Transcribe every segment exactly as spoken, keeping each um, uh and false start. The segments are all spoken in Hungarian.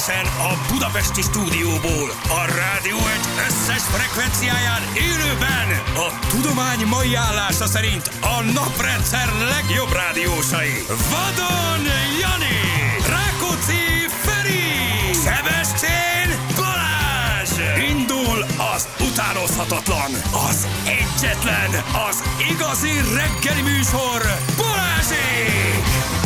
Egyenesen a budapesti stúdióból, a Rádió egy összes frekvenciáján élőben a tudomány mai állása szerint a naprendszer legjobb rádiósai. Vadon Jani, Rákóczi Feri, Sebestyén Balázs. Indul az utánozhatatlan, az egyetlen, az igazi reggeli műsor, Balázsék!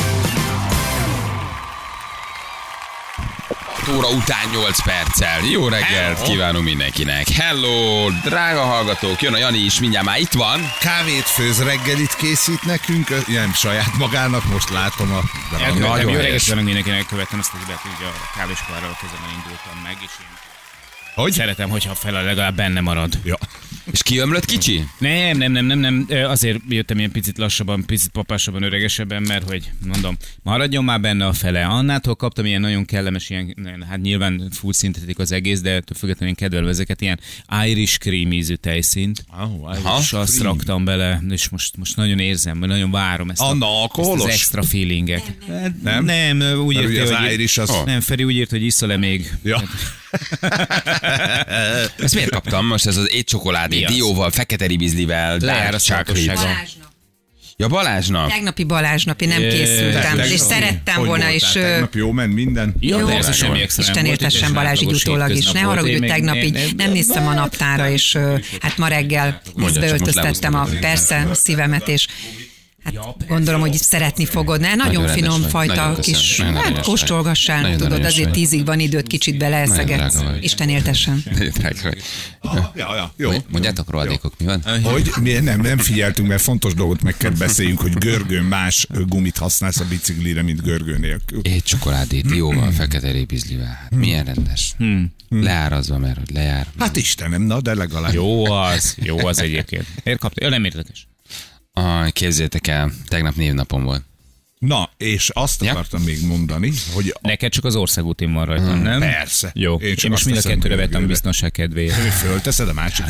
Óra után nyolc perccel. Jó reggelt Hello. Kívánunk mindenkinek. Hello, drága hallgatók, jön a Jani is, mindjárt már itt van. Kávét főz, reggelit készít nekünk, nem saját magának, most látom a... Elkövettem, jó reggelt kívánunk mindenkinek, követtem azt a hibát, hogy a kávéskóváról közben indultam meg, és én hogy? Szeretem, hogyha fel legalább benne marad. Ja. És kiömlött kicsi? Nem, nem, nem, nem, nem. Azért jöttem ilyen picit lassabban, picit papásabban, öregesebben, mert hogy mondom, maradjon már benne a fele. Annától kaptam ilyen nagyon kellemes, ilyen, hát nyilván full szintetik az egész, de ettől függetlenül én kedvelem ezeket, ilyen Irish cream ízű tejszínt. Oh, és azt cream. raktam bele, és most, most nagyon érzem, nagyon várom ezt, a, ezt az extra feelinget. Nem? Nem, nem úgy írta, hogy... Irish az... Nem, Feri úgy írt, hogy iszol-e még. Ja. Ezt miért kaptam most? Ez az étcsokoládé dióval, fekete ribizlivel, lejár a sákossága. Ja, Balázsnap. Tegnapi Balázsnapi, nem készültem, és szerettem volna, és... Tegnap jó ment minden? Jó, jó ez semmi extra. Isten értessen Balázs így utólag is. Ne haragudj, hogy tegnap így nem néztem a naptára, és hát ma reggel beöltöztettem a persze a szívemet, és... Hát gondolom, hogy szeretni fogod. Ne? Nagyon, nagyon finom fajta nagyon kis, hát kóstolgassál, nagyon tudod, azért vagy. Tízig van időt, kicsit beleeszegetsz. Isten éltessen. Ja, ja, jó. Mondjátok rohadékok, mi van? Hogy mi nem, nem figyeltünk, mert fontos dolgot meg kell beszéljünk, hogy görgőn más gumit használsz a biciklire, mint görgő nélkül. Egy csokoládét, dióval, fekete rébizlivel. Hát milyen rendes. Hmm. Leárazva, mert hogy lejár. Hát Istenem, na de legalább. Jó az, jó az egyébként. Miért kaptál? Nem érdekes. Ah, képzeljétek el, tegnap névnapom volt. Na, és azt ja. akartam még mondani, hogy... A... Neked csak az országútin van rajta, hmm. nem? Persze. Jó, én, én most mind a kettőre vettem biztonság kedvéért. Fölteszed a másik?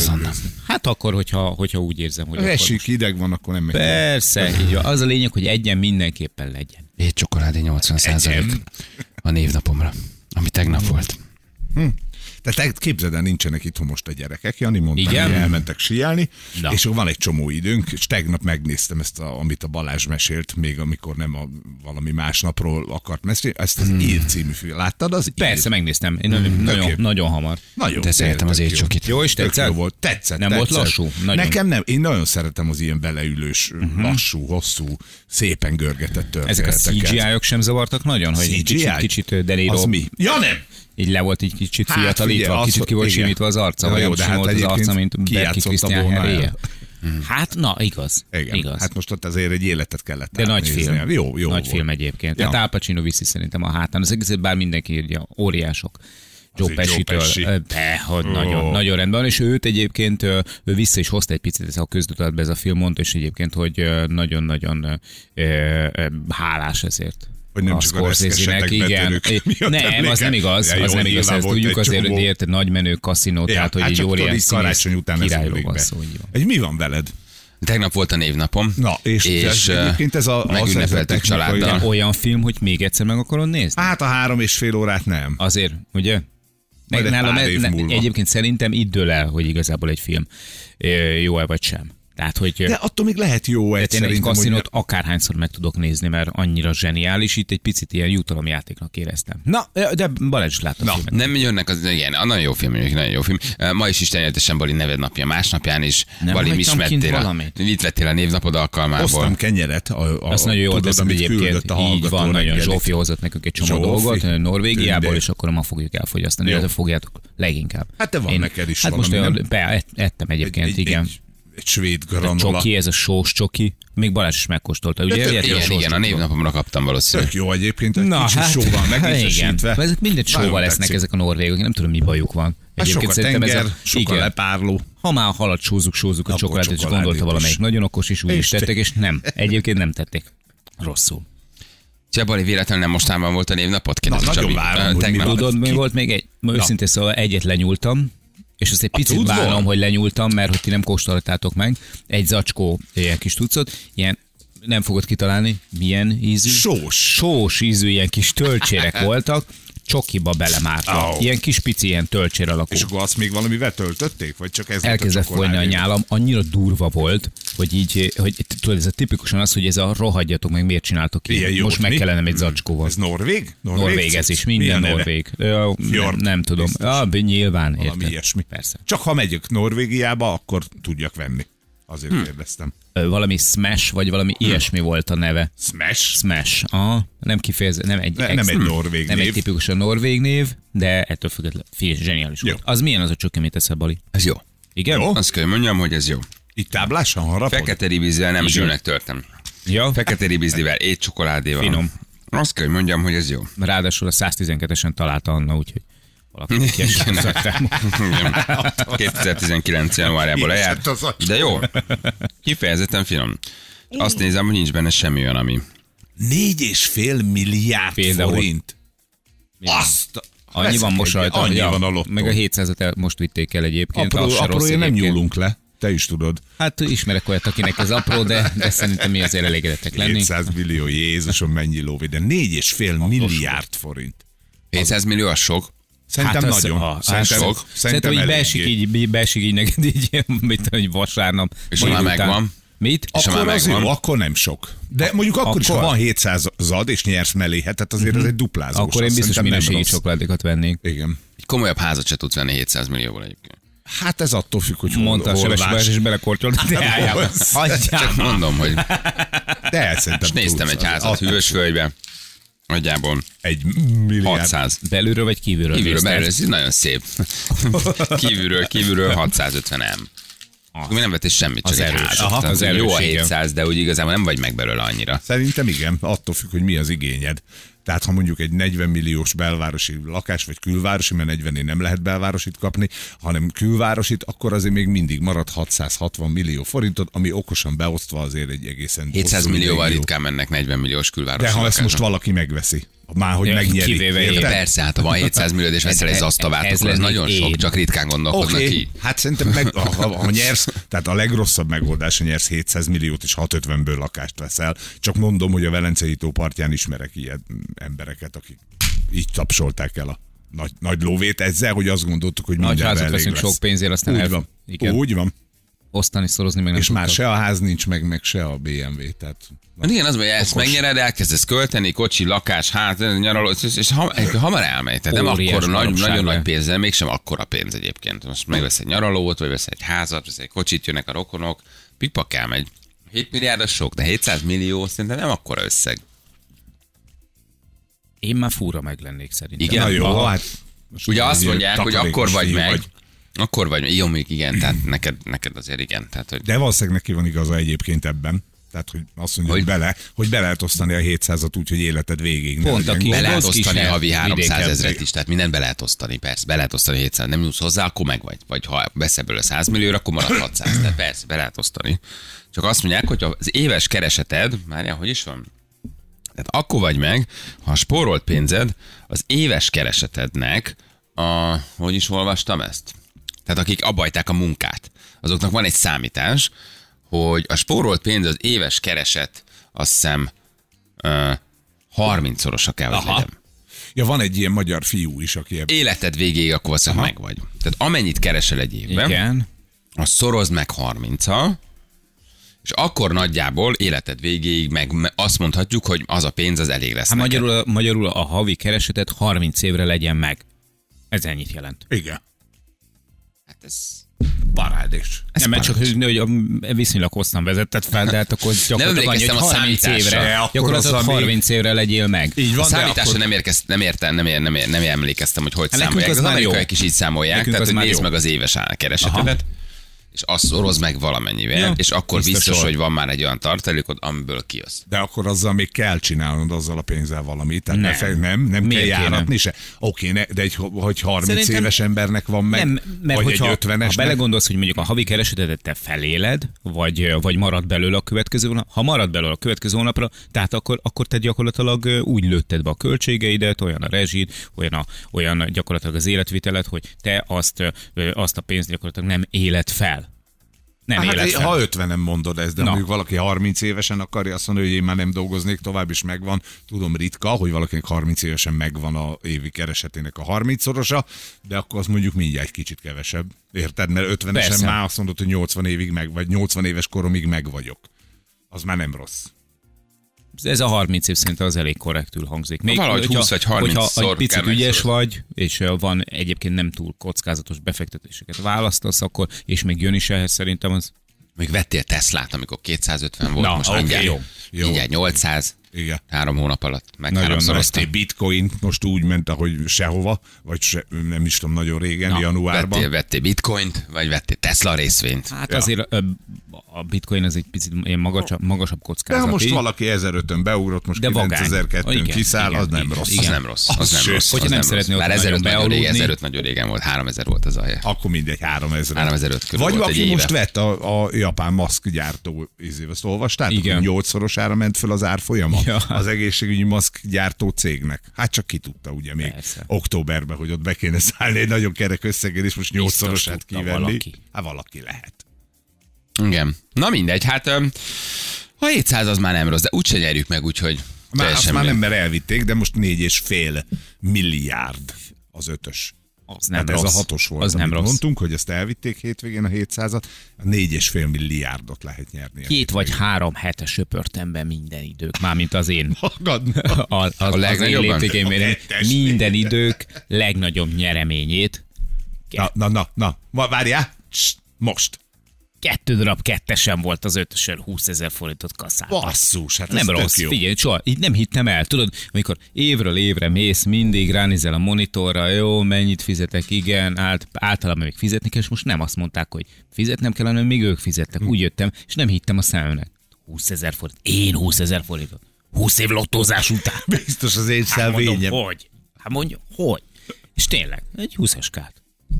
Hát akkor, hogyha, hogyha úgy érzem, hogy... Esik, most... hideg van, akkor nem megy. Persze, így van. Az a lényeg, hogy egyen mindenképpen legyen. Egy csokoládé nyolcvan százalék a névnapomra, ami tegnap hmm. volt. Hm. Tehát képzeld el, nincsenek itthon most a gyerekek, Jani mondta, hogy elmentek síelni, Na. és van egy csomó időnk, és tegnap megnéztem ezt, a, amit a Balázs mesélt, még amikor nem a valami más napról akart mesélni, ezt az hmm. Ír című film. Láttad az Persze, Ír? megnéztem. Én nagyon, hmm. nagyon, nagyon hamar. Nagyon, de szeretem az étcsokit. Jó, és tetszett? Jó volt. Tetszett. Nem tetszett. volt lassú? Nagyon. Nekem nem. Én nagyon szeretem az ilyen beleülős, uh-huh. lassú, hosszú, szépen görgetett történeteket. Ezek a cé gé í-ok sem zavartak nagyon? Hogy kicsit, kicsit De Niro. Az mi? Ja, nem! Így le volt egy kicsit hát, fiatalítva, figyel, kicsit ki volt simítva az arca, vagy nem hát volt az arca, mint Berki Krisztián Herréje. Hát, na, igaz. Igen. igaz. Hát most ott azért egy életet kellett De nagy film. Jó, jó nagy volt. film egyébként. Ja. Hát Al Pacino viszi szerintem a hátán. Az egész, bár mindenki írja, óriások. Joe Pesci-től. De, hogy oh. nagyon, nagyon rendben. És őt egyébként ő vissza is hozta egy picit ez a köztudatba ez a film, mondta, és egyébként, hogy nagyon-nagyon hálás ezért. Hogy nem a csak a reszkesetek igen. Nem, az nem igaz, ja, jó, az nem igaz, ezt tudjuk azért, hogy érted nagy menő kaszinó, ja, tehát hogy hát egy óriás karácsony után királyról van szó. Egy mi van veled? Tegnap volt a névnapom. Na, és, és egyébként ez a megünnepeltük családdal. Olyan film, hogy még egyszer meg akarod nézni? Hát a három és fél órát nem. Azért, ugye? Meg nálam, ne, egyébként szerintem itt dől el, hogy igazából egy film jó-e vagy sem. Tehát, hogy, de attól még lehet jó egy szerintem. Én egy kaszinót hogy... akárhányszor meg tudok nézni, mert annyira zseniális, itt egy picit ilyen jutalomjátéknak éreztem. Na, de Balázs is látta a filmet. Nem jönnek, az igen, a nagyon jó film, nagyon jó film. Ma is istenjelentesen Bali neved napja, másnapján is. Nem Bali, is vettél, mit vettél a névnapod alkalmából? Hoztam kenyeret. A, a, azt nagyon jól teszem egyébként. Így van, nagyon. Zsófi hozott nekünk egy csomó dolgot Norvégiából, és akkor ma fogjuk elfogyasztani. Illetve fogjátok leginkább. Hát te van neked is valami. Hát most ettem egyébként, igen. Egy svéd granola. Csoki, ez a sós csoki. Még Balázs is megkóstolta, ugye? Igen, igen, igen, a névnapomra kaptam valószínűleg. Tök jó egyébként, egy Na, kicsit hát, sóval megízesítve. Ezek mindegy sóval lesznek ezek a norvégok, nem tudom mi bajuk van. Hát sok a tenger, sok a lepárló. Ha már a halat sózzuk, sózzuk a csokoládét, és gondolta valamelyik nagyon okos, és úgy is tettek, és nem. Egyébként nem tették. Rosszul. Csabali véletlenül nem mostában volt a névnapot? Na, nagyon várom, hogy mi tudod, mi volt még egy, őszintén szóval egyet lenyúltam, és azt egy picit bánom, hogy lenyúltam, mert hogy ti nem kóstoltátok meg. Egy zacskó ilyen kis tucot, ilyen nem fogod kitalálni, milyen ízű? Sós. Sós ízű, ilyen kis tölcsérek voltak. csokiba belemárta. Oh. Ilyen kis pici, ilyen tölcsér alakú. És akkor azt még valamivel töltötték? Vagy csak ez elkezdett folyni a nyálam, annyira durva volt, hogy így, hogy tudod, ez a tipikusan az, hogy ez a rohadjatok meg, miért csináltok így? Ilyen most meg mi? Kellene egy zacskóval. Ez norvég? Norvég, norvég ez is, minden norvég. Ö, nem, nem tudom. Ah, nyilván, valami ilyesmi. Persze. Csak ha megyek Norvégiába, akkor tudjak venni. Azért hmm. kérdeztem. Valami Smash, vagy valami hmm. ilyesmi volt a neve. Smash? Smash. Aha. Nem kifejező, nem egy, ne, ex, nem egy norvég nem név. egy tipikusan norvég név, de ettől függetlenül zseniális volt. Az milyen az a csoki, amit eszel, Bali? Ez jó. Igen? Jó? Azt kell mondjam, hogy ez jó. Itt táblásan harapod? Fekete ribizlivel nem zsűlnek törtem. Ja. Fekete ribizlivel, étcsokoládéval. Finom. Azt kell mondjam, hogy ez jó. Ráadásul a száztizenkettesen találta Anna, úgyhogy valaki kiesett. kétezer-tizenkilenc januárjában lejárt, de jó. Kifejezetten finom. Azt nézem, hogy nincs benne semmi olyan, ami... Négy és fél milliárd fél forint. Azt... Annyi van most rajta. Annyi ja, van a lottó. Meg a hétszázat most vitték el egyébként. Apró, aprója nem nyúlunk le. Te is tudod. Hát ismerek olyat, akinek ez apró, de, de szerintem mi azért elégedettek lenni. hétszáz millió, Jézusom, mennyi lóvé, de négy és fél milliárd forint. hétszáz millió az sok. Szerintem hát nagyon. Az, szerintem, sok. Szerintem, szerintem így beesik így, beesik így neked így, mint hogy vasárnap. És már megvan. Mit? És akkor az jó, akkor nem sok. De mondjuk akkor, akkor is, ha van hétszázad és nyersz mellé hetet, azért ez egy duplázós. Akkor én biztos minőségi csokoládékat vennék. Igen. Egy komolyabb házat se tudsz venni hétszáz millióból egyébként. Hát ez attól függ, hogy hol, mondta hol a és belekortyolt. Csak mondom, hogy... De szerintem és néztem egy házat Hűvösvölgybe. Nagyjából egy milliárd. hatszáz. Belülről vagy kívülről? Kívülről, belülről, ez nagyon szép. kívülről, kívülről hatszázötven em. Mi nem vettél semmit, csak az egy házat. Aha, az jó a hétszáz, de úgy igazából nem vagy meg belőle annyira. Szerintem igen, attól függ, hogy mi az igényed. Tehát ha mondjuk egy negyven milliós belvárosi lakás, vagy külvárosi, mert negyvennél nem lehet belvárosit kapni, hanem külvárosit, akkor azért még mindig marad hatszázhatvan millió forintot, ami okosan beosztva azért egy egészen... hétszáz millióval ritkán mennek negyven milliós külvárosi. De ha lakásra. Ezt most valaki megveszi, már hogy megnyeri. É, persze, hát ha van hétszáz millió, és veszel egy asztavát, akkor ez nagyon sok, én. Csak ritkán gondolkodnak okay. ki. Hát szerintem meg, ha, ha nyersz, tehát a legrosszabb megoldás, hogy nyersz hétszáz milliót, és hatszázötvenből lakást veszel. Csak mondom, hogy a Velencei tó partján ismerek ilyen embereket, akik így tapsolták el a nagy, nagy lóvét ezzel, hogy azt gondoltuk, hogy nagy mindenben elég lesz. Sok pénzért, aztán úgy el... van. Igen. Úgy van. Osztani, szorozni meg nem és tudtak. Már se a ház nincs, meg, meg se a bé em vé. Tehát, hát igen, az, hogy ezt megnyered, elkezdesz költeni, kocsi, lakás, ház, nyaraló, és, és hamar elmegy. Tehát nem akkor nagy, nagyon nagy pénzzel, mégsem akkora pénz egyébként. Most megvesz egy nyaralót, vagy vesz egy házat, vesz egy kocsit, jönnek a rokonok, pikpak elmegy. hét milliárd az sok, de hétszáz millió szerintem nem akkora összeg. Én már fúra meg lennék szerintem. Igen, na jó, hát ugye azt mondják, hogy akkor vagy meg, vagy. Akkor vagy, jó, még igen, tehát neked, neked azért igen. Tehát, hogy... De valószínűleg neki van igaza egyébként ebben. Tehát, hogy azt mondja, hogy, hogy bele, hogy be lehet osztani a hétszázat úgy, hogy életed végig. Pont, aki be lehet osztani a havi háromszázezret is, tehát minden be lehet osztani, persze, be lehet osztani hétszáz, nem nyúlsz hozzá, akkor meg vagy. Vagy ha veszel belőle száz millióra, akkor marad hatszáz, de persze, be lehet osztani. Csak azt mondják, hogy az éves kereseted, várjál, hogy is van? Tehát akkor vagy meg, ha a spórolt pénzed az éves keresetednek, a, hogy is olvastam ezt? Tehát akik abbajták a munkát, azoknak van egy számítás, hogy a spórolt pénz az éves kereset, azt hiszem, uh, harmincszorosa kell, hogy legyen. Ja, van egy ilyen magyar fiú is, aki... Ebben... Életed végéig akkor azt meg vagy. Tehát amennyit keresel egy évben, igen. azt szorozd meg harminccal, és akkor nagyjából életed végéig meg azt mondhatjuk, hogy az a pénz az elég lesz. Hát magyarul, magyarul a havi keresetet harminc évre legyen meg. Ez ennyit jelent. Igen. Hát ez... Parádés. Nem, mert csak hogy viszonylag hosszan vezetted fel, de hát akkor gyakorlatilag annyi, hogy harminc évre, gyakorlatilag harminc évre legyél meg. Így van, a számításra akkor... nem, érkez, nem értem, nem, nem, nem, nem emlékeztem, hogy hogy hát számolják. Az, az amerikaiak is így számolják, nekünk tehát hogy nézd jó. Meg az éves keresetedet, és azt szoroz meg valamennyivel, ja, és akkor biztos, biztos hogy van már egy olyan tartalékod, amiből kijössz. De akkor azzal még kell csinálnod azzal a pénzzel valamit, tehát nem, ne, nem, nem kell járatni se. Oké, okay, de egy, hogy harminc szerintem éves embernek van meg, nem, mert vagy egy ötvenesnek. Ha belegondolsz, hogy mondjuk a havi keresetedet te feléled, vagy, vagy marad belőle a következő hónap, ha marad belőle a következő hónapra, tehát akkor, akkor te gyakorlatilag úgy lőtted be a költségeidet, olyan a rezsid, olyan, a, olyan gyakorlatilag az életvitelet, hogy te azt, azt a pénzt gyakorlatilag nem éled fel. Nem hát, ha ötvenen mondod ezt, de no. mondjuk valaki harminc évesen akarja azt mondani, hogy én már nem dolgoznék tovább, és megvan. Tudom, ritka, hogy valakinek harminc évesen megvan a évi keresetének a harmincszorosa, de akkor az mondjuk mindjárt egy kicsit kevesebb. Érted? Mert ötvenesen Persze. már azt mondod, hogy nyolcvan évig meg, vagy nyolcvan éves koromig meg vagyok. Az már nem rossz. Ez a harminc év szerintem az elég korrektül hangzik. Még valahogy húsz vagy harminc Hogyha egy picit ügyes vagy, és van egyébként nem túl kockázatos befektetéseket választasz, akkor, és még jön is ehhez szerintem az... Még vettél Teslát, amikor kétszázötven volt, Na, most okay, mindjárt, jó. mindjárt nyolcszáz. Igen. Három hónap alatt meg háromszorozta. Bitcoin most úgy ment, ahogy sehova, vagy se, nem is tudom, nagyon régen, Na, januárban. Vettél, vettél bitcoint, vagy vettél Tesla részvényt? Hát ja. azért a bitcoin az egy picit ilyen magasabb, magasabb kockázat. De ha most valaki ezerötön beugrott, most kilencezer-kettőn kiszáll, igen, az nem igen, rossz. Igen. Az nem rossz. Az, az nem rossz. Hogyha nem szeretné ott nagyon bealudni. ezeröt nagyon régen volt, háromezer volt az alja. Akkor mindegy, háromezer. háromezer-öt körül vagy volt aki most vett a, a japán maszkgyártó, azt olvastátok? nyolcszorosára ment föl az árfolyama az egészségügyi maszkgyártó cégnek. Hát csak ki tudta ugye még Persze. októberben, hogy ott be kéne szállni egy nagyon kerek összeggel, és most nyolcszorosát kivenni. Valaki. Hát valaki lehet. Igen. Na mindegy, hát a hétszáz az már nem rossz, de úgyse nyerjük meg, úgyhogy már, azt már nem, mert elvitték, de most négy és fél milliárd az ötös. Az nem hát rossz. Ez a hatos volt, az nem rossz. Mondtunk, hogy ezt elvitték hétvégén a hétszázat, a négy és fél milliárdot lehet nyerni. Két vagy három hete söpörtem be minden idők, mármint az én. Magad? A, az, a legnagyobb minden idők legnagyobb nyereményét. Na, na, na, na. Várjál, most. Kettő darab kettesen volt az ötösön, húszezer forintot kasszáltam. Basszus, hát nem rossz, jó. Figyelj, soha, így nem hittem el. Tudod, amikor évről évre mész, mindig ránézel a monitorra, jó, mennyit fizetek, igen, ált, általában még fizetni kell, és most nem azt mondták, hogy fizetnem kell, hanem még ők fizettek. Hm. Úgy jöttem, és nem hittem a szememnek. húszezer forint. Én húszezer forintot. húsz év lottózás után. Biztos az én szelvényem. Hát mondom, hogy? Hát mondja, hogy? És tényleg, egy húszaskát.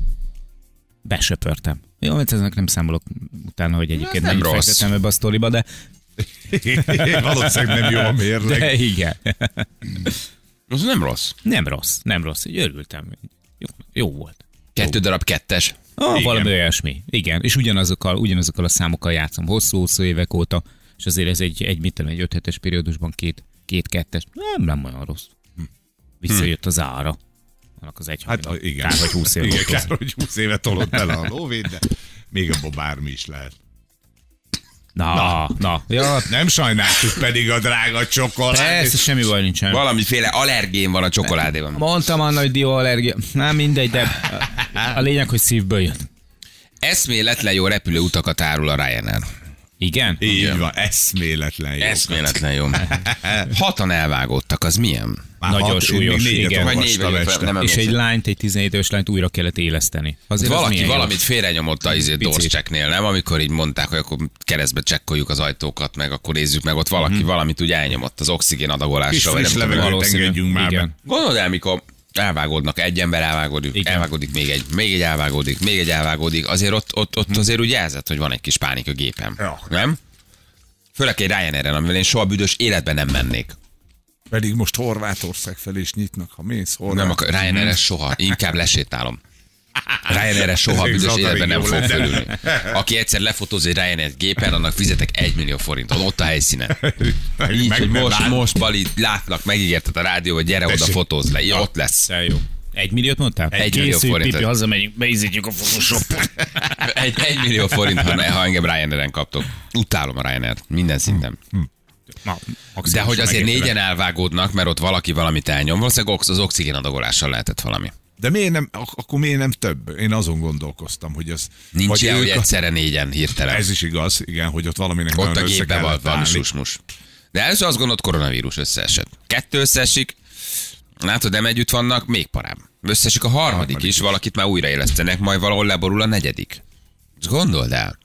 Besöpörtem. Jó, mert eznek nem számolok utána, hogy egyébként nem fektettem ebbe a sztoriba, de... Valószínűleg nem jó a mérleg. De igen. Az nem rossz. Nem rossz, nem rossz. Így örültem. Jó, jó volt. Kettő darab kettes. Ah, valami olyasmi. Igen, és ugyanazokkal, ugyanazokkal a számokkal játszom hosszú-hosszú évek óta, és azért ez egy, egy mit tudom, egy öt hetes periódusban két, két kettes. Nem, nem olyan rossz. Visszajött az ára. Az egy hát a, igen. Kár, hogy húsz éve igen, kár, hogy húsz éve tolott bele a lóvét, de még abban bármi is lehet. Na, na, na. Ja. Nem sajnáltuk pedig a drága csokoládét. Persze, semmi baj nincsen. Valamiféle allergén van a csokoládéban. Mondtam Anna, hogy dióallergia. Nem mindegy, de a lényeg, hogy szívből jön. Eszméletlen jó repülőutakat árul a Ryanair. Igen? Így Igen. van, eszméletlen jó. Eszméletlen jó. Hatan elvágódtak, az milyen? Már nagyon hat, súlyos, igen. Vagy négy vagy fel, és egy lányt, egy tizenhét éves lányt újra kellett éleszteni. Azért valaki valamit félrenyomott a izé dorszcseknél, nem? Amikor így mondták, hogy akkor keresztbe csekkoljuk az ajtókat, meg akkor nézzük meg, ott valaki mm-hmm. valamit úgy elnyomott az oxigén adagolással. Kis levegőt engedjünk már be. Gondold el, mikor elvágódnak, egy ember elvágódik, igen. elvágódik, még egy, még egy elvágódik, még egy elvágódik, azért ott, ott, ott azért úgy jelzett, hogy van egy kis pánik a gépen. Ja. Nem? Főleg egy Ryanairen, amivel én soha büdös életben nem mennék. Pedig most Horvátország felé is nyitnak, ha mész Horvátország. Nem, a Ryanair soha, inkább lesétálom. Ryanair soha büdös életben nem fog fölülni. Aki egyszer lefotóz egy Ryanair gépen, annak fizetek egy millió forintot, ott a helyszínen. Így, meg, hogy most, lát... most Bali, látlak, megígérted a rádió, hogy gyere oda, fotózz le, ja, ott lesz. Jó. Egy milliót mondtál? Egy, egy millió forint. Pipi, hazamegyünk, beizítjük a Photoshopot. egy, egy millió forint, ha, ha engem Ryanairen kaptok. Utálom a Ryanair-t, minden szinten. Hm. Ma, de hogy azért négyen elvágódnak, mert ott valaki valamit elnyom, valószínűleg az oxigénadagolással lehetett valami. De miért nem, akkor miért nem több? Én azon gondolkoztam, hogy az... Nincs ilyen, hogy egyszerre négyen hirtelen. Ez is igaz, igen, hogy ott valaminek ott a gépbe van, van susmus. De először azt gondolod, koronavírus összeesett. Kettő összeesik, látod, nem együtt vannak, még parább. Összeesik a harmadik, a harmadik is, is, valakit már újraélesztenek, majd valahol leborul a negyedik. Ezt gondold el.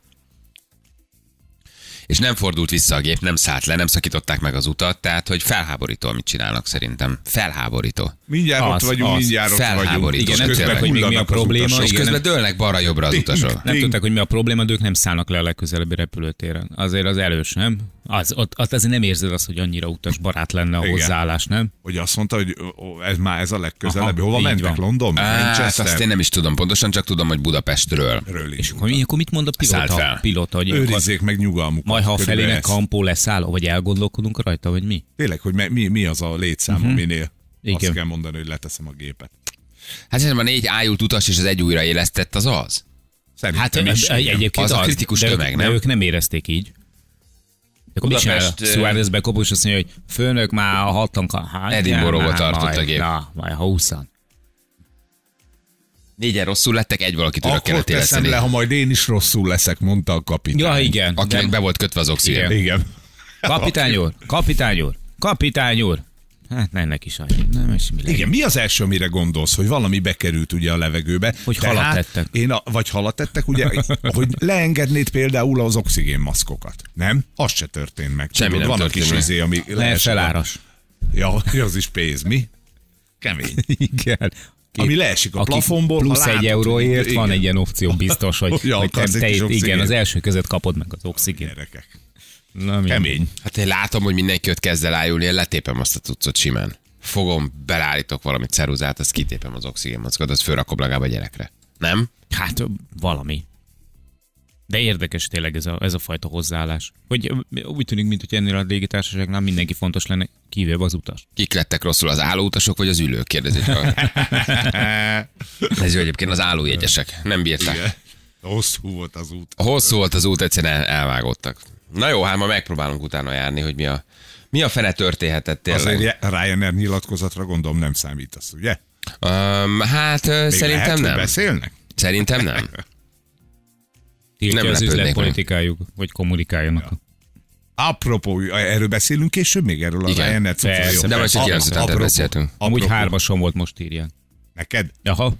És nem fordult vissza a gép, nem szállt le, nem szakították meg az utat, tehát hogy felháborító, amit csinálnak szerintem. Felháborító. Mindjárt az, ott vagyunk, az. mindjárt ott vagyunk. Igen, nem tudták, hogy még mi a probléma. És közben dőlnek balra-jobbra az utasok. Nem tudták, hogy mi a probléma, de ők nem szállnak le a legközelebbi repülőtéren. Azért az elős, nem? Az, ott, ott azért nem érzed azt, hogy annyira utasbarát lenne a hozzáállás, nem? Hogy azt mondta, hogy ez már ez a legközelebb. Hova mentek? London? Hát azt én nem is tudom pontosan, csak tudom, hogy Budapestről. És akkor, akkor mit mond a pilóta? pilóta hogy őrizzék meg nyugalmukat. Majd ha a felének kampó leszáll, vagy elgondolkodunk rajta, vagy mi? Tényleg, hogy mi, mi az a létszám, uh-huh. aminél igen. Azt kell mondani, hogy leteszem a gépet. Hát szerintem a négy ájult utas és az egy újraélesztett az az. Szerintem hát is, egyébként az, az a kritikus de tömeg, ők, nem? De ők nem érezték így. De akkor Budapest... Suárez bekopul, és azt mondja, hogy főnök már a hatlan... Hát, Edinburghba tartott a gép. Na, majd húszan. Négyen rosszul lettek, egy valakit újra kellett éleszteni. Akkor teszem le, ha majd én is rosszul leszek, mondta a kapitány. Ja, igen. Akinek de... be volt kötve az oxigén. Igen. igen. Kapitány úr, kapitány úr, kapitány úr. Hát nem neki is annyi. Nem, mi igen, mi az első, amire gondolsz, hogy valami bekerült ugye a levegőbe? Hogy halat tettek. Én a, vagy halat tettek, ugye, hogy leengednéd például az oxigénmaszkokat. Nem? Az se történt meg. Semmi nem van történt a kis izé, ami lehet feláras. Ja, az is pénz, mi? Kemény. Igen. Két, ami leesik a plafonból. Plusz egy euróért igen. Van egy ilyen opció biztos, hogy, ja, hogy te, te igen, az első között kapod meg az oxigén. Gyerekek. Na, kemény. Hát én látom, hogy mindenki ott kezd el ájulni, én letépem azt a cuccot simán. Fogom, belállítok valamit ceruzát, azt kitépem az oxigénmaszkot, azt fölrakom legalább a gyerekre. Nem? Hát valami. De érdekes tényleg ez a, ez a fajta hozzáállás. Hogy úgy tűnik, mint hogy ennél a légitársaságnál mindenki fontos lenne, kivéve az utas. Kik lettek rosszul, az állóutasok vagy az ülők? Kérdezik. Ez jó egyébként az állójegyesek. Nem bírták. Igen. Hosszú volt az út. Hosszú volt az út, egyszerűen elvágottak. Na jó, hát ma megpróbálunk utána járni, hogy mi a, mi a fene történhetett tényleg. Azért Ryanair nyilatkozatra gondolom nem számítasz, ugye? Um, hát Még szerintem lehet, nem. Beszélnek? Szerintem nem. Nem az üzletpolitikájuk, hogy kommunikáljanak. Ja. Apropó, erről beszélünk később még erről a Ryanair cuccról. De majd csak kilenc után beszéltünk. Amúgy hármason volt, most írják. Neked? Aha.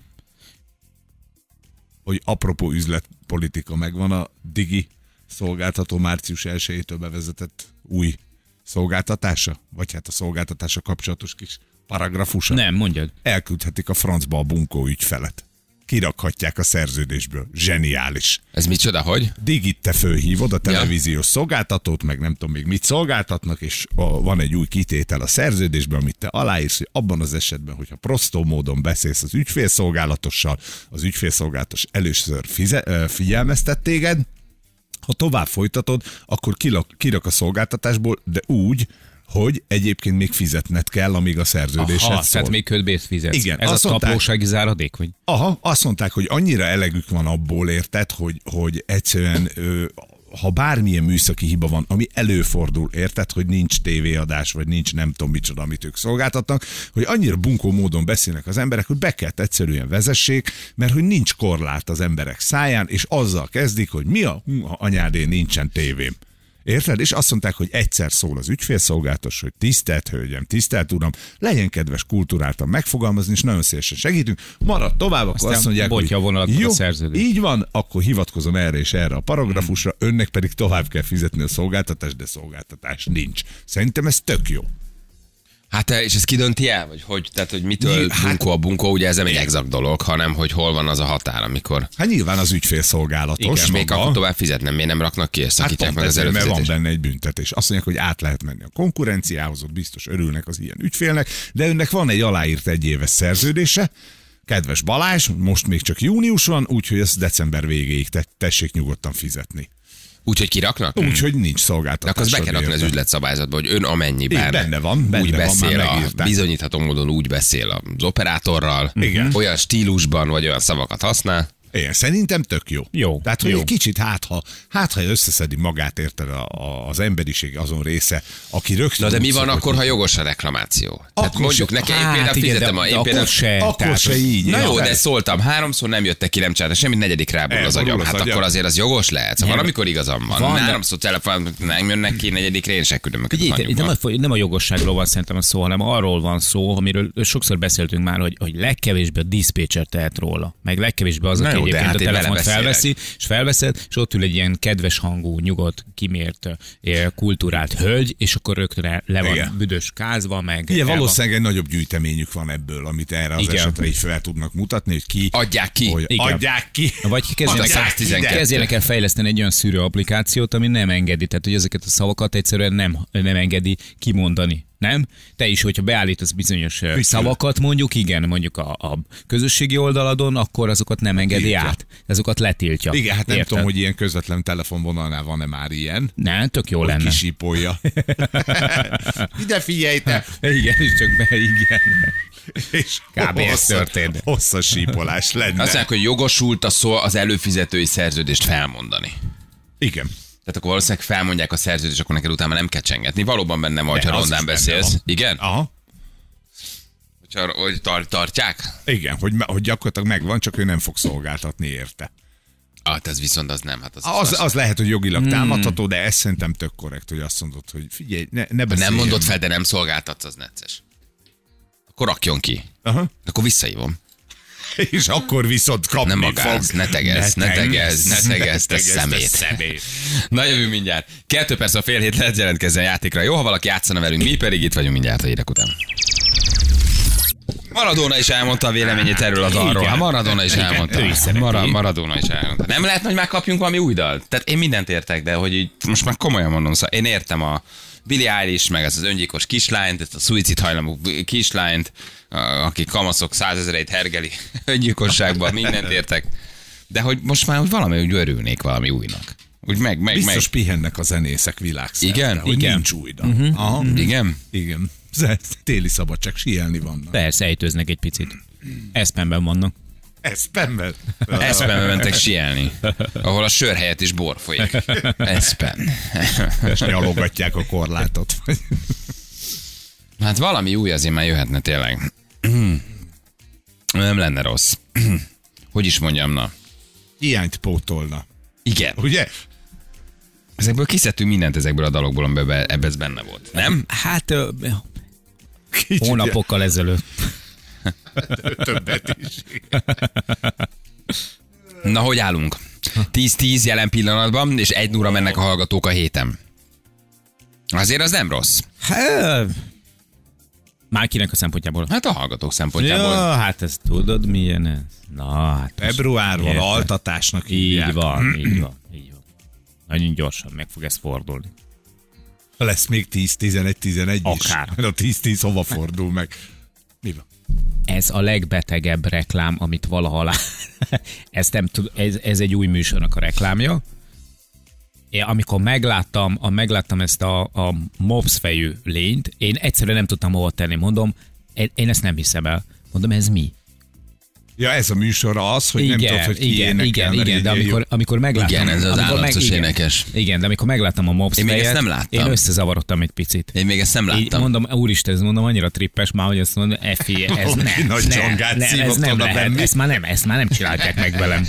Hogy apropó üzletpolitika, megvan a Digi szolgáltató március elsejétől bevezetett új szolgáltatása? Vagy hát a szolgáltatása kapcsolatos kis paragrafusa? Nem, mondjad. Elküldhetik a francba a bunkó ügyfelet. Kirakhatják a szerződésből. Zseniális. Ez micsoda, hogy? Digit te fölhívod a televíziós ja. szolgáltatót, meg nem tudom még mit szolgáltatnak, és a, van egy új kitétel a szerződésben, amit te aláírsz, hogy abban az esetben, hogyha prostó módon beszélsz az ügyfélszolgálatossal, az ügyfélszolgálatos először fize, figyelmeztet téged, ha tovább folytatod, akkor kirak, kirak a szolgáltatásból, de úgy, hogy egyébként még fizetned kell, amíg a szerződésed Aha, szól. tehát még ködbét fizetsz. Igen, ez a taplósági záradék? Vagy? Aha, azt mondták, hogy annyira elegük van abból, érted, hogy, hogy egyszerűen, ö, ha bármilyen műszaki hiba van, ami előfordul, érted, hogy nincs tévéadás, vagy nincs nem tudom micsoda, amit ők szolgáltatnak, hogy annyira bunkó módon beszélnek az emberek, hogy be kell egyszerűen vezessék, mert hogy nincs korlát az emberek száján, és azzal kezdik, hogy mi a anyádén nincsen tévém. Érted? És azt mondták, hogy egyszer szól az ügyfélszolgálatos, hogy tisztelt hölgyem, tisztelt uram, legyen kedves kulturáltan megfogalmazni, és nagyon szélesen segítünk. Marad tovább, akkor aztán azt mondják, hogy jó, a így van, akkor hivatkozom erre és erre a paragrafusra, önnek pedig tovább kell fizetni a szolgáltatást, de szolgáltatás nincs. Szerintem ez tök jó. Hát és ez kidönti el, vagy hogy, tehát hogy mitől hát, bunkó a bunkó, ugye ez nem egy exakt dolog, hanem hogy hol van az a határ, amikor... Hát nyilván az ügyfélszolgálatos. Igen, és még akkor tovább fizetnem, miért nem raknak ki, és szakítják hát meg az előfizetést. Mert van benne egy büntetés. Azt mondják, hogy át lehet menni a konkurenciához, ott biztos örülnek az ilyen ügyfélnek, de önnek van egy aláírt egyéves szerződése. Kedves Balázs, most még csak június van, úgyhogy ezt december végéig te- tessék nyugodtan fizetni. Úgyhogy kiraknak? Úgyhogy nincs szolgáltatás. De akkor be kell rakni az üzletszabályzatba, hogy ön amennyiben é, benne van, benne úgy van, beszél, a, bizonyítható módon úgy beszél az operátorral, igen. Olyan stílusban, vagy olyan szavakat használ. Igen, szerintem tök jó. Jó. Tehát, hogy jó. egy kicsit hát ha, hát, ha összeszedi magát, érted, a, a, az emberiség azon része, aki rögtön... Na de mi van szokott, akkor, ha jogos a reklamáció? Tehát mondjuk neki, én például fizetem a... Én például se, akkor se így. Na jó, de szóltam, háromszor nem jöttek ki, nem csinálta semmit, negyedik rából az agyam. Hát akkor azért az jogos lehet. Szóval valamikor igazam van. van háromszor telefon, nem jönnek ki, negyedikre én se küldöm őket. Nem a jogosságról van szerintem a szó, hanem arról van szó, amiről sokszor beszéltünk már, hogy, hogy legkevésbé a diszpécser tehet róla, meg legkevésbé az, aki jó, egyébként hát a telefont felveszi, és felveszed, és ott ül egy ilyen kedves hangú, nyugodt, kimért, kultúrált hölgy, és akkor rögtön le van igen. büdös kázva, meg... Igen, valószínűleg egy nagyobb gyűjteményük van ebből, amit erre az igen. esetre így fel tudnak mutatni, hogy ki... Adják ki. Hogy adják ki. Vagy kezdjenek el fejleszteni egy olyan szűrő applikációt, ami nem engedi, tehát hogy ezeket a szavakat egyszerűen nem, nem engedi kimondani. Nem? Te is, hogyha beállítasz bizonyos Viszont. szavakat, mondjuk, igen, mondjuk a, a közösségi oldaladon, akkor azokat nem engedi tiltja. át. Azokat letiltja. Igen, hát nem Érted? tudom, hogy ilyen közvetlen telefonvonalnál van-e már ilyen. Nem, tök jó lenne. Kisípolja. Ide figyelj te! Igen, és csak be, igen. És kb. Ez történt. Hosszas sípolás lenne. Azt mondják, hogy jogosult a szó az előfizetői szerződést felmondani. Igen. Tehát akkor valószínűleg felmondják a szerződést, akkor neked utána nem kell csengetni. Valóban benne van, hogyha rondán beszélsz. Igen? Aha. Hogyha, hogy tar- tartják? Igen, hogy, hogy gyakorlatilag megvan, csak ő nem fog szolgáltatni érte. Ah, ez viszont az nem. Hát az, az, az, az lehet, hogy jogilag hmm. támadható, de ez szerintem tök korrekt, hogy azt mondod, hogy figyelj, ne, ne beszéljen. Nem mondod fel, de nem szolgáltatsz, az necces. Akkor rakjon ki. Aha. Akkor visszahívom. És akkor viszont kapni nem magáz, fog. Ne tegezz, ne tegezz, ne tegezz, te szemét. Na jövő mindjárt. Kettő perc a fél hét lehet jelentkezzen a játékra. Jó, ha valaki játszana velünk, mi pedig itt vagyunk mindjárt a hírek után. Maradona is elmondta a véleményét erről a dalról. Hát Maradona is elmondta. Mara, Maradona is elmondta. Nem lehet, hogy megkapjunk valami új dalt? Tehát én mindent értek, de hogy így, most már komolyan mondom, szóval én értem a Billie Eilish, meg ez az öngyilkos kislányt, ezt a szuicid hajlamú kislányt, aki kamaszok százezereit hergeli öngyilkosságban, mindent értek. De hogy most már hogy valami úgy örülnék valami újnak. Úgy meg, meg, Biztos meg. pihennek a zenészek világszerte. Igen? Hogy igen. Nincs új dal. Uh-huh. Aha. Igen? Igen. Téli szabadság, síelni vannak. Persze, ejtőznek egy picit. Eszpenben vannak. Eszpenben? Eszpenben mentek síelni, ahol a sör helyett is bor folyik. Eszpen. És nyalogatják a korlátot. Hát valami új azért már jöhetne tényleg. Nem lenne rossz. Hogy is mondjam, na? Hiányt pótolna. Igen. Ugye? Ezekből kiszedtünk mindent ezekből a dalokból, amiben ebbe ez benne volt. Nem? Hát ö, hónapokkal ezelőtt. Többet is. Na, hogy állunk? tíz tíz jelen pillanatban, és egy nulla mennek a hallgatók a héten. Azért az nem rossz. Hát, már kinek a szempontjából? Hát a hallgatók szempontjából. Ja, hát ezt tudod milyen ez? Na, hát február van, altatásnak így van, így van, így van. Nagyon gyorsan meg fog ez fordulni. Lesz még tíz, tizenegy, tizenegy akár. is. A tíz tíz hova fordul meg? Mi van? Ez a legbetegebb reklám, amit valaha lá... ez, nem tud... ez, ez egy új műsornak a reklámja. Én amikor megláttam, a, megláttam ezt a, a mops fejű lényt, én egyszerűen nem tudtam hova tenni. Mondom, én ezt nem hiszem el. Mondom, ez mi? Ja, ez a műsor az, hogy igen, nem tudod, hogy ki igen, énekel. Igen, igen, de amikor, amikor megláttam... Igen, ez az állatos énekes. Igen, de amikor megláttam a mops én fejet, még ezt nem láttam. Én összezavarodtam egy picit. Én még ezt nem láttam. Így mondom, úristen, ez mondom, annyira trippes már, hogy azt mondom, Efi, ez nem, nagy nem, nem, ez nem lehet, ezt már nem, ezt már nem csinálják meg velem.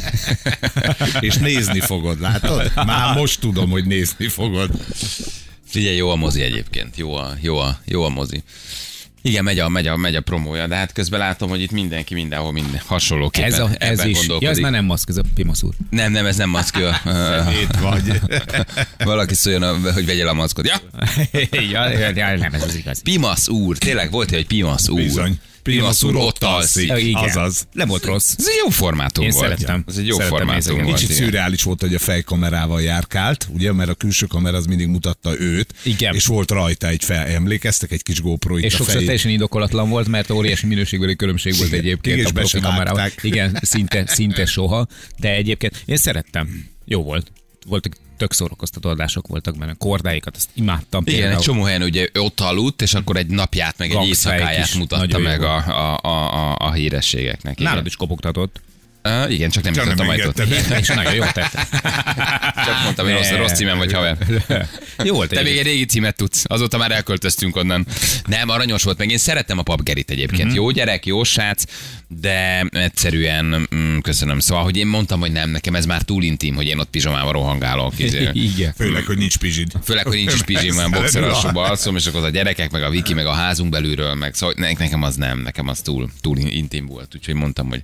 És nézni fogod, látod? Már most tudom, hogy nézni fogod. Figyelj, jó a mozi egyébként, jó a, jó a, jó a mozi. Igen, megy a, megy, a, megy a promója, de hát közben látom, hogy itt mindenki mindenhol minden hasonlóképpen ez a, ez ebben is. gondolkodik. Ja, ez már nem maszk, ez a Pimasz úr. Nem, nem, ez nem maszk. Itt vagy. Valaki szóljon, hogy vegyél a maszkot. Ja? ja, ja, nem, ez az igaz. Pimasz úr, tényleg volt, hogy Pimasz úr. Bizony. Pimasz úr ott alszik. Azaz. Nem volt rossz. Ez egy jó formátum Én volt. Szerettem. Ez egy jó Szerettem formátum volt. Kicsit szürreális volt, hogy a fejkamerával járkált, ugye, mert a külső kamera az mindig mutatta őt, igen. És volt rajta egy fel, emlékeztek, egy kis GoPro itt és a sokszor fején. teljesen indokolatlan volt, mert óriási minőségbeli különbség volt egyébként igen, a profi kamerával. Igen, szinte, szinte soha, de egyébként én szerettem. Jó volt. Voltak tök szórakoztató adások voltak benne, kordáikat, azt imádtam. Igen, például. egy csomó helyen ugye ott aludt, és akkor egy napját, meg egy éjszakáját mutatta meg a, a, a, a hírességeknek. Igen. Nálad is kopogtatott. Uh, igen, csak nem csak nyitottam ajtót. És nagyon jól tette. Csak mondtam, hogy rossz, rossz címem vagy haver. Jó volt. Te még egy régi címet tudsz, azóta már elköltöztünk onnan. Nem, aranyos volt, meg én szerettem a Pap Gerit egyébként. Mm-hmm. Jó gyerek, jó srác, de egyszerűen mm, köszönöm. Szóval, hogy én mondtam, hogy nem, nekem ez már túl intim, hogy én ott pizsomával rohangálok. Igen. Főleg, hogy nincs pizsid. Főleg, hogy nincs is pizsim, mert boxeralsóba alszom, és akkor az a gyerekek, meg a Viki, meg a házunk belülről, meg szóval nekem az nem, nekem az túl, túl intim volt. Úgyhogy mondtam, hogy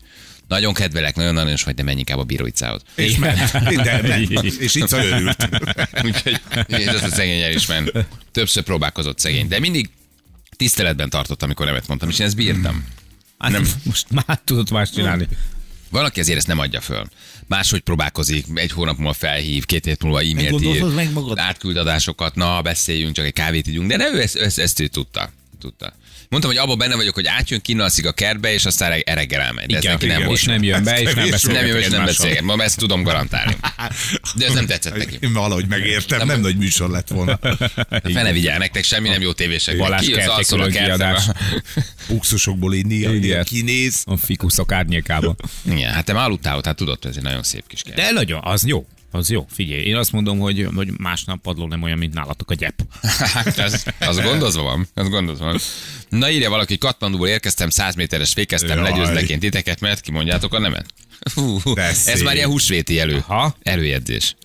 Nagyon kedvelek, nagyon nagyon vagy, de menj inkább a bíróicához. És ment. De ment. És itt örült. Úgyhogy, és azt a szegény el is ment. Többször próbálkozott szegény, de mindig tiszteletben tartott, amikor nevet mondtam, és én ezt bírtam. Hát nem. Most már tudod más csinálni. Valaki azért ezt nem adja föl. Máshogy próbálkozik, egy hónap múlva felhív, két hét múlva e-mailt ír, átküld adásokat, na beszéljünk, csak egy kávét ígyunk, de ne, ő ezt, ezt, ezt ő tudta. tudta. Mondtam, hogy abban benne vagyok, hogy átjön, kínalszik a kertbe, és aztán reggel elmegy. De ez neki nem és nem jön be, és nem beszélget. Nem jön, és nem beszélget. Ma ezt tudom garantálni. De ez nem tetszett neki. Én valahogy megértem, nem, nem nagy műsor lett volna. Fene vigyel, nektek semmi nem jó tévések. Balázs kertek a kiadás. Buxusokból inni, kinéz. A fikuszok árnyékában. Igen, hát te már aludtál, hát tudod, ez egy nagyon szép kis kert. De nagyon, az jó. Az jó, figyelj, én azt mondom, hogy, hogy másnap padló nem olyan, mint nálatok a gyep. az, az gondozva van, az gondozva van. Na írja valaki, Katmandúból érkeztem, száz méteres fékeztem, legyőzleként titeket, mert kimondjátok a nemet. Hú, ez már ilyen húsvéti elő. Ha? Előjegyzés.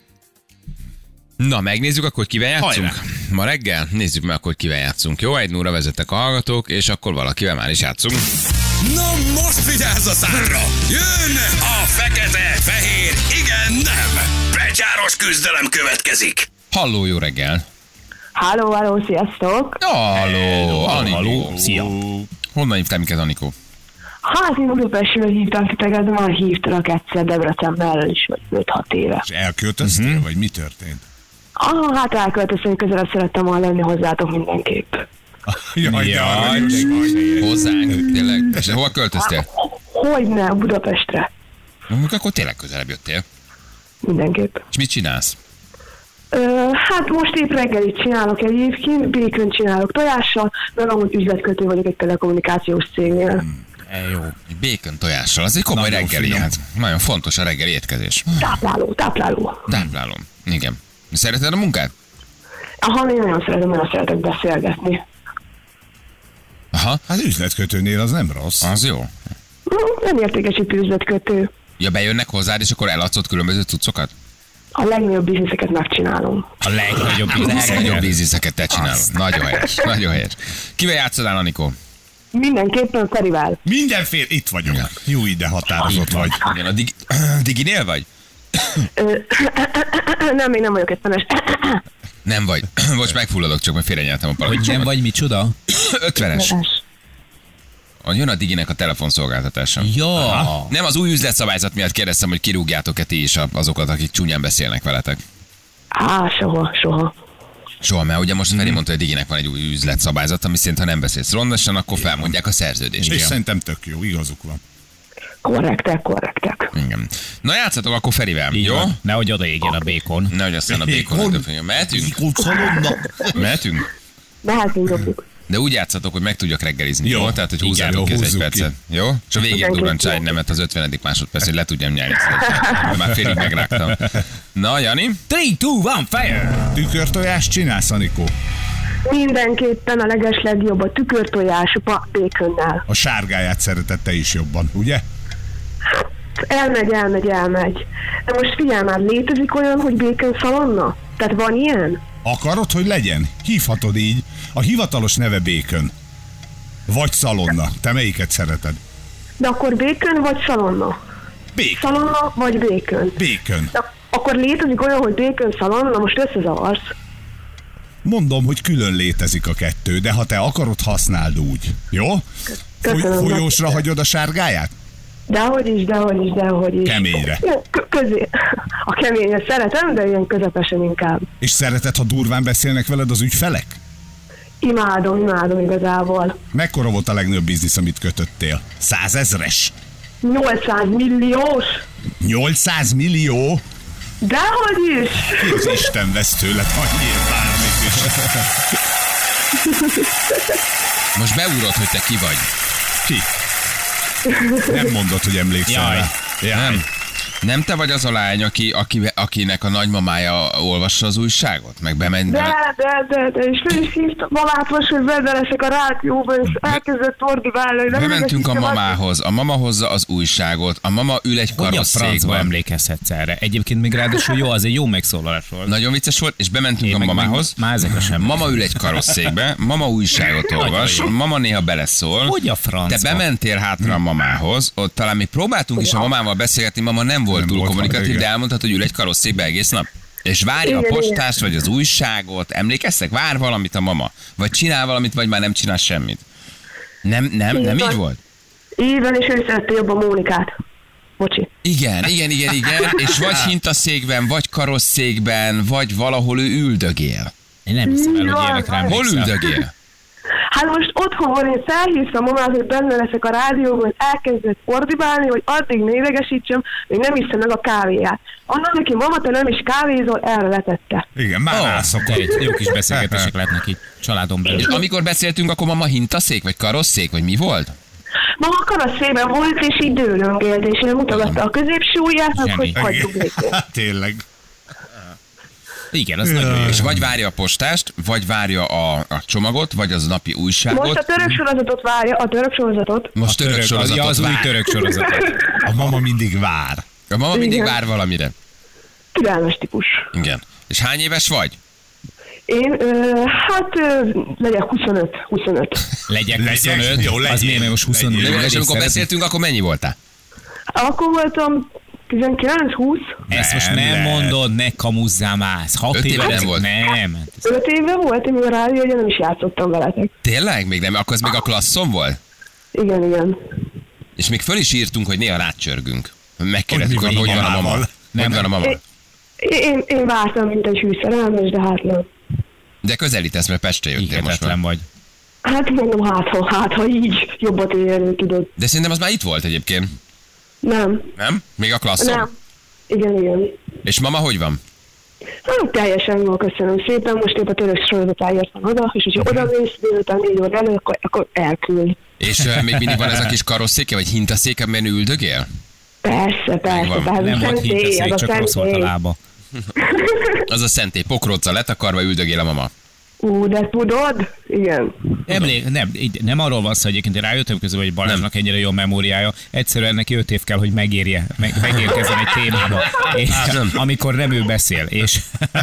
Na, megnézzük akkor, kivel játszunk. Hajrá. Ma reggel nézzük meg, akkor kivel játszunk. Jó, egy nulla vezettek a hallgatók, és akkor valakivel már is játszunk. Na most vigyázz a szádra! Jön a fekete, fehér, igen, nem! Becsáros küzdelem következik! Halló, jó reggel! Halló, halló, sziasztok! Halló, Anikó! Halló, szia! Honnan hívtál minket, Anikó? Hát én Budapestről hívtam titeket, de már hívtalak egyszer Debrecenben is, vagy öt-hat éve. És elköltöztél, uh-huh. vagy mi történt? Ah, hát elköltöztem, közelebb szerettem volna lenni hozzátok mindenképp. Jaj, jaj, hozzánk, tényleg. És hova költöztél? Hogyne, Budapestre. Akkor tényleg közelebb jöttél. Mindenképp. És mit csinálsz? Ö, hát most épp reggelit csinálok egyébként, békön csinálok tojással, mert amúgy üzletkötő vagyok egy telekommunikációs cégnél. Hmm. E, jó. Bacon tojással, az egy komoly nagyon reggeli. Hát. Nagyon fontos a reggeli étkezés. Tápláló, tápláló. Tápláló, igen. Szereted a munkát? Aha, én nagyon szeretem, nagyon szeretek beszélgetni. Aha. Hát üzletkötőnél az nem rossz. Az jó. Nem értékesítő üzletkötő. Ja, bejönnek hozzád, és akkor eladszod különböző cuccokat? A legnagyobb bizniszeket megcsinálom. A legnagyobb bizniszeket, legnagyobb bizniszeket te csinálod. Nagyon helyes, nagyon helyes. Kivel játszodál, Anikó? Mindenképpen Ferivel. Mindenféle, itt vagyunk. Ja. Jó, ide határozott vagy. Igen, a dig- Diginél vagy? Nem, még nem vagyok ötvenes. Nem vagy. Most megfulladok, csak mert félrenyeltem a paradicsomat. Hogy nem vagy micsoda? ötvenes. Jön a Diginek a telefonszolgáltatása. Ja. Nem, az új üzletszabályzat miatt kérdeztem, hogy kirúgjátok-e ti is azokat, akik csúnyán beszélnek veletek. Á, soha, soha. Soha, mert ugye most Feri mondta, hogy Diginek van egy új üzletszabályzat, ami szerint, ha nem beszélsz rondosan, akkor felmondják a szerződést. És szerintem tök jó, igazuk van. Korrektek, korrektek. Igen. Na játszatok akkor Ferivel, így jó? Van. Nehogy odaégjen a békon. Nehogy aztán a békon. Mehetünk? Mehetünk? Mehetünk, dobjuk. De úgy játszatok, hogy meg tudjak reggelizni, jó? jó? Tehát, hogy húzzátok ki egy percet. Jó? És a végén durván csáj nemet az ötvenedik másodperc, hogy le tudjam nyelni. Már félig megrágtam. Na, Jani? three, two, one, fire! Tükörtojást csinálsz, Anikó? Mindenképpen a legeslegjobb a tükörtojás a békönnel. A sárgáját szereted te is jobban, ugye? Hát, elmegy, elmegy, elmegy. De most figyelj már, létezik olyan, hogy békön szalonna? Tehát van ilyen? Akarod, hogy legyen? Hívhatod így. A hivatalos neve Bacon. Vagy szalonna. Te melyiket szereted? De akkor Bacon vagy szalonna? Bacon. Szalonna vagy Bacon? Bacon. De akkor létezik olyan, hogy Bacon szalonna? Most összezavarsz. Mondom, hogy külön létezik a kettő, de ha te akarod, használd úgy. Jó? Köszönöm. Folyósra hagyod a sárgáját? Dehogy is, dehogy is, dehogy is. Keményre. Közé. A keményet szeretem, de ilyen közepesen inkább. És szereted, ha durván beszélnek veled az ügyfelek? Imádom, imádom igazából. Mekkora volt a legnagyobb biznisz, amit kötöttél? Százezres? nyolcszáz milliós. nyolcszáz millió? Dehogy is! Ki az Isten vesz tőled annyira bármit is? Most beúrod, hogy te ki vagy. Ki? Nem mondod, hogy emlékszel rá. Ja. Nem. Nem te vagy az a lány, aki, aki, akinek a nagymamája olvassa az újságot? Meg bement? De, de, de, de, és fel is hívtam mamát most, hogy benne leszek a rádióban, és elkezdett ordibálni. Bementünk a mamához, a mama hozza az újságot, a mama ül egy karosszékban. Hogy a francba emlékezhetsz erre? Egyébként még ráadásul jó, az egy jó megszólalás volt. Nagyon vicces volt, és bementünk Én a mamához. Mama ül egy karosszékbe, mama újságot olvas, mama néha beleszól. Hogy a francba? Te bementél hátra a mamához, ott talán még próbáltunk is a mamával beszélgetni, mama nem volt túl kommunikatív, de elmondhat, hogy ül egy karosszékbe egész nap. És várja a postást, vagy az újságot, emlékeztek? Vár valamit a mama. Vagy csinál valamit, vagy már nem csinál semmit. Nem, nem, nem így volt? Így van, és ő szerette jobban Mónikát. Bocsi. Igen, igen, igen, igen. És vagy hintaszékben, vagy karosszékben, vagy valahol ő üldögél. Én nem hiszem el, hogy évek rám. Hol üldögél? Hát most otthon van, én felhívtam mamát, hogy benne leszek a rádióban, hogy elkezdett ordibálni, hogy addig ne idegesítsem, még nem iszem meg a kávéját. Annak neki, mama, te nem is kávézol, erre letette. Igen, már rászokott. Oh, jó kis beszélgetések lehetnek itt családon belül. Amikor beszéltünk, akkor mama hintaszék, vagy karosszék, vagy mi volt? Mama karosszékben volt, és így dőlöngélt, és én mutogatta a középső ujját, hogy hagyjuk végül. Tényleg. Igen, az nagyon jó. És vagy várja a postást, vagy várja a, a csomagot, vagy az napi újságot. Most a török sorozatot várja, a török sorozatot. Most török, török sorozatot ja, az vár. új török sorozatot. A mama mindig vár. A mama mindig Igen. vár valamire. Türelmes típus. Igen. És hány éves vagy? Én, ö, hát ö, legyek huszonöt. huszonöt. Legyek huszonöt? Jó, legyek. Az miért, most huszonöt? Legyek. És amikor beszéltünk, akkor mennyi voltál? Akkor voltam tizenkilenc húsz. Ezt most nem, nem mondod, ne kamuzzál már. Hat Öt éve nem volt. Nem. Öt éve volt, én még a rádió, hogy nem is játszottam veletek. Tényleg? Még nem? Akkor ez még a klasszon volt? Igen, igen. És még föl is írtunk, hogy néha rácsörgünk. Megkérdezzük, hogy hogy van a mama. Nem van a mama. Én, én, én vártam, mint egy hűszerelmes, de hát nem. De közelítesz, mert Pestre jöttél most már. vagy. Hát mondom, hát ha, hát ha így jobbat élni tudod. De szerintem az már itt volt egyébként. Nem. Nem? Még a klasszon? Nem. Igen, igen. És mama hogy van? Hát teljesen jól, köszönöm szépen. Most épp a török sorozatáért van oda, és hogyha oda mész délután négy óra elő, akkor, akkor elküld. És uh, még mindig van ez a kis karosszéke, vagy hintaszéke, amiben üldögél? Persze, persze. persze. Nem volt hintaszék, csak rossz volt a lába. Az a szentély, pokróccal letakarva üldögél a mama. Ú, de tudod? Igen. Emlék, nem, nem arról van szó, hogy egyébként rájöttem közben, hogy Balázsnak ennyire jó memóriája. Egyszerűen neki öt év kell, hogy megérje, meg, megérkezzen egy témába. És nem. Amikor nem ő beszél. És,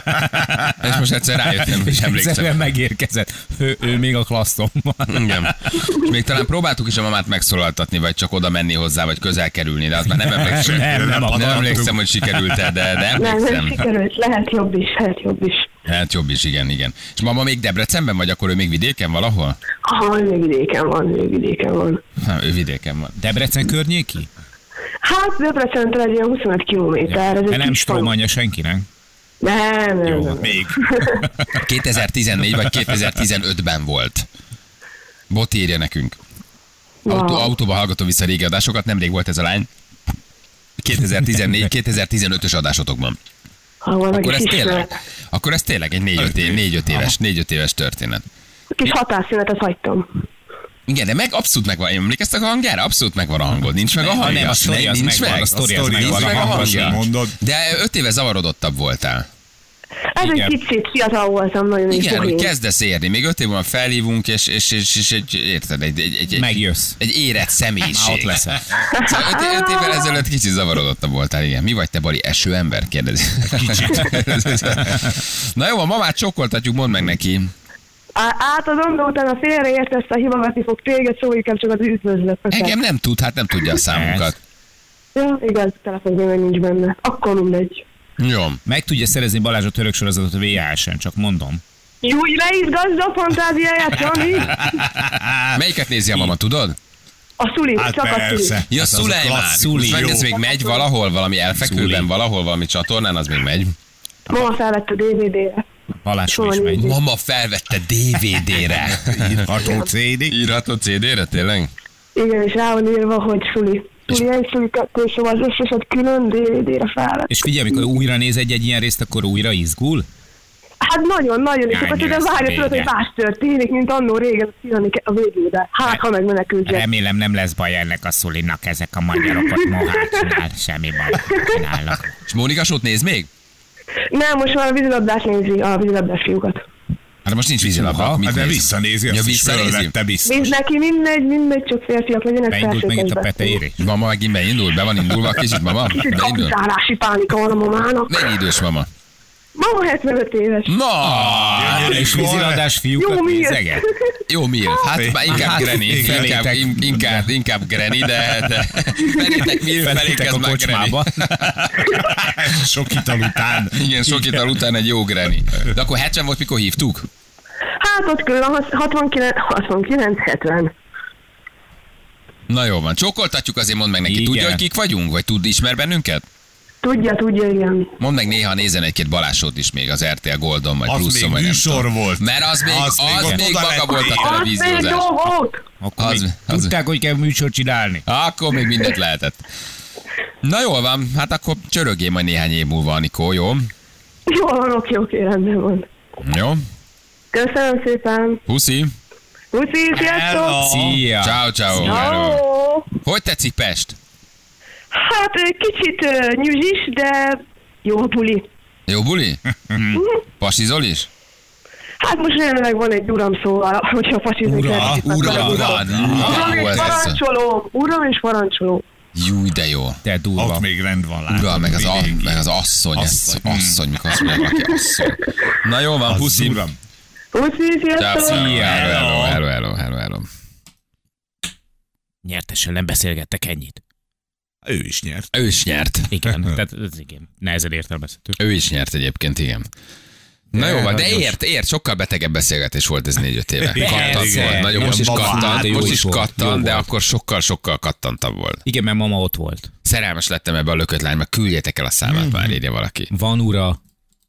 és most egyszer rájöttem, és emlékszem. Egyszerűen megérkezett. Ő, ő még a klasszon van. Igen. És még talán próbáltuk is a mamát megszólaltatni, vagy csak oda menni hozzá, vagy közel kerülni, de azt már nem emlékszem. Nem, nem, nem, nem emlékszem, hogy sikerült-e, de, de emlékszem. Nem, nem sikerült. Lehet jobb is, lehet jobb is. Hát jobb is, igen, igen. És mama még Debrecenben, vagy akkor ő még vidéken valahol? Aha, ő vidéken van, ő vidéken van. Ha, ő vidéken van. Debrecen környéki? Hát Debrecentől egy ilyen huszonöt kilométer. Ja. Nem strómanja senkinek? Nem, nem, Jó, nem. még. kétezer-tizennégy vagy kétezer-tizenötben volt. Bot írja nekünk. Autó, wow. Autóba hallgatom vissza régi adásokat, nemrég volt ez a lány. kétezer-tizennégy kétezer-tizenötös adásotokban. Akkor ez, tényleg, akkor ez tényleg egy négy-öt év, négy éves, négy-öt éves történet. Kis hatásszünetet hagytam. Igen, de meg abszolút megvan. Én emlékeztek a hangjára? Abszolút megvan a hangod. Nincs meg a hangja. Nem, a sztori az nincs megvan. Meg. A sztori az megvan. Nincs meg a hangja. Mondod. De öt éve zavarodottabb voltál. Ez igen. Egy kicsit fiatal voltam, nagyon is. Igen, hogy kezdesz érni. Még öt év van felhívunk, és, és, és, és egy, érted, egy, egy, egy, megjössz. Egy érett személyiség. Ott leszel. Szóval öt, öt évvel ezelőtt kicsit zavarodottabb voltál, igen. Mi vagy te, Bali, esőember? Kérdezi. Kicsit. Na jó, a mamát csokkoltatjuk, mondd meg neki. Átadom, de utána félreértesz, a hibavati fog téged, szóval inkább csak az üdvözlet. Engem nem tud, hát nem tudja a számunkat. Ja, igaz, telefonban meg nincs benne. Akkor mindegy. Jó. Meg tudja szerezni Balázs a török sorozatot a vé há es-en, csak mondom. Jó, leizgazd a fantáziáját, Jani! Melyiket nézi a mama, tudod? A Szuli, hát csak persze. a Szuli. Ja, Szulejmán. Szuli. Meg ez még megy valahol, valami elfekvőben, Szuli. valahol, valami csatornán, az még megy. Mama felvette dé vé dé-re. Balázsról is megy. Mama felvette dé vé dé-re. Írható cé dé. Írható cé dé-re, tényleg? Igen, és rá van írva, hogy Szuli. Szuli egy, Szuli kettő, szóval az összeset külön dé vé dé-re felvett. És figyelj, amikor újra néz egy-egy ilyen részt, akkor újra izgul? Hát nagyon-nagyon, és akkor csak várja tudod, hogy más történik, mint annó régen a végébe. Hát, ha megmenekülsz. Remélem nem lesz baj ennek a szulinak, ezek a magyarok ott mohát csinál, semmi baj csinálnak. És Mónika Sót néz még? Nem, most már a vízilabdás nézi, a vízilabdás fiúkat. Hát most nincs vízilabda. Hát de visszanézi, azt is fölvette biztos. Nézd neki, mindegy, mindegy, csak férfiak legyenek. Beindult megint a Pete érés. Mama megint beindult, be van indulva, kicsit mama. Kicsit kapitálási pánika van a mamának. Mennyi idős mama? Mama hetvenöt éves. Na, és vízilabdás fiúkat nézeget? Jó, miért? Hát már inkább Granny, inkább, inkább, inkább Granny, de, de felétek miért felék ez már Granny. Sok ital után. Igen, sok ital után egy jó Granny. De akkor hetven volt, mikor hívtuk? Hát ott körül hatvankilenc hetven. Na jó van, csókoltatjuk, azért mondd meg neki. Igen. Tudja, hogy kik vagyunk? Vagy tud, ismer bennünket? Tudja, tudja, igen. Mondd meg néha, nézzen egy-két Balázsot is még az er té el Goldon, vagy az Pluszon, vagy nem tudom. Volt. Mert az még, az, az még, még maga volt a televíziózás. Az még jó volt. Akkor az, még az, tudták, hogy kell műsort csinálni. Akkor még mindent lehetett. Na jól van, hát akkor csörögjél majd néhány év múlva, Anikó, jó? Jó van, oké, oké, rendben van. Jó. Köszönöm szépen. Puszi. Puszi, sziasztok. Szia. Ciao, ciao. Ciao. Hogy tetszik Pest? Hát kicsit uh, nyüzsis, de jó a buli. Jó buli? Pasizol is? Hát most jelenleg van egy uram, szóval, hogyha pasizni kell. Ura, ura, ura, uram és parancsoló. Uram és parancsoló. Jú, de jó. Te durva. Ott még rend van. Látom, ura, meg az, a, meg az asszony. Asszony, ez, asszony mikor azt mondják, aki asszony. Na jó van, puszi. Puszi, sziasztok. Szia, hello, hello, hello, hello, hello. Nyertesen nem beszélgettek ennyit. Ő is nyert. Ő is nyert. Igen, tehát ez igen, nehezen értelmezhető. Ő is nyert egyébként, igen. Na jó van, de ért, ért, sokkal betegebb beszélgetés volt ez négy-öt éve. Kattant volt, nagyon, most is kattant, most is kattant, de akkor sokkal-sokkal kattantabb volt. Igen, mert mama ott volt. Szerelmes lettem ebbe a lökött lányba, küldjetek el a számát, már írja valaki. Van ura.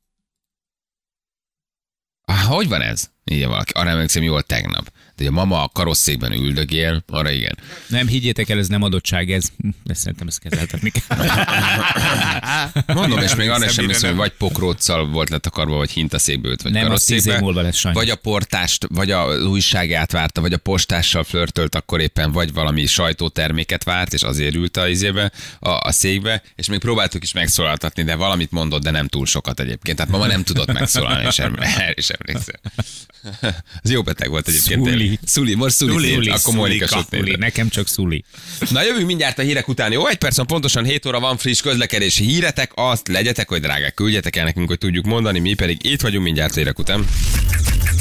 Ah, hogy van ez? Írja valaki, arra emlékszem jól tegnap. De a mama a karosszékben üldögél, arra igen. Nem, higgyétek el, ez nem adottság, ez. De szerintem ezt kezeltetni kell. Mondom, és még arra sem hiszem, hogy vagy pokróccal volt letakarva, vagy hintaszékbe ült, vagy nem, karosszékbe. Lesz, vagy a portást, vagy a újságát várta, vagy a postással flörtölt, akkor éppen vagy valami sajtóterméket várt, és azért ült a izébe, a, a székbe, és még próbáltuk is megszólaltatni, de valamit mondott, de nem túl sokat egyébként. Tehát mama nem tudott megszólalni, és erre is emlékszem. Ez jó beteg volt egyébként. Szuli. Szuli, most Szuli, Szuli, Szuli akkor Mónika Sotnél. Nekem csak Szuli. Na jövünk mindjárt a hírek után. Jó, egy perc, pontosan hét óra van friss közlekedési híretek. Azt legyetek, hogy drágák, küldjetek el nekünk, hogy tudjuk mondani, mi pedig itt vagyunk mindjárt a hírek után.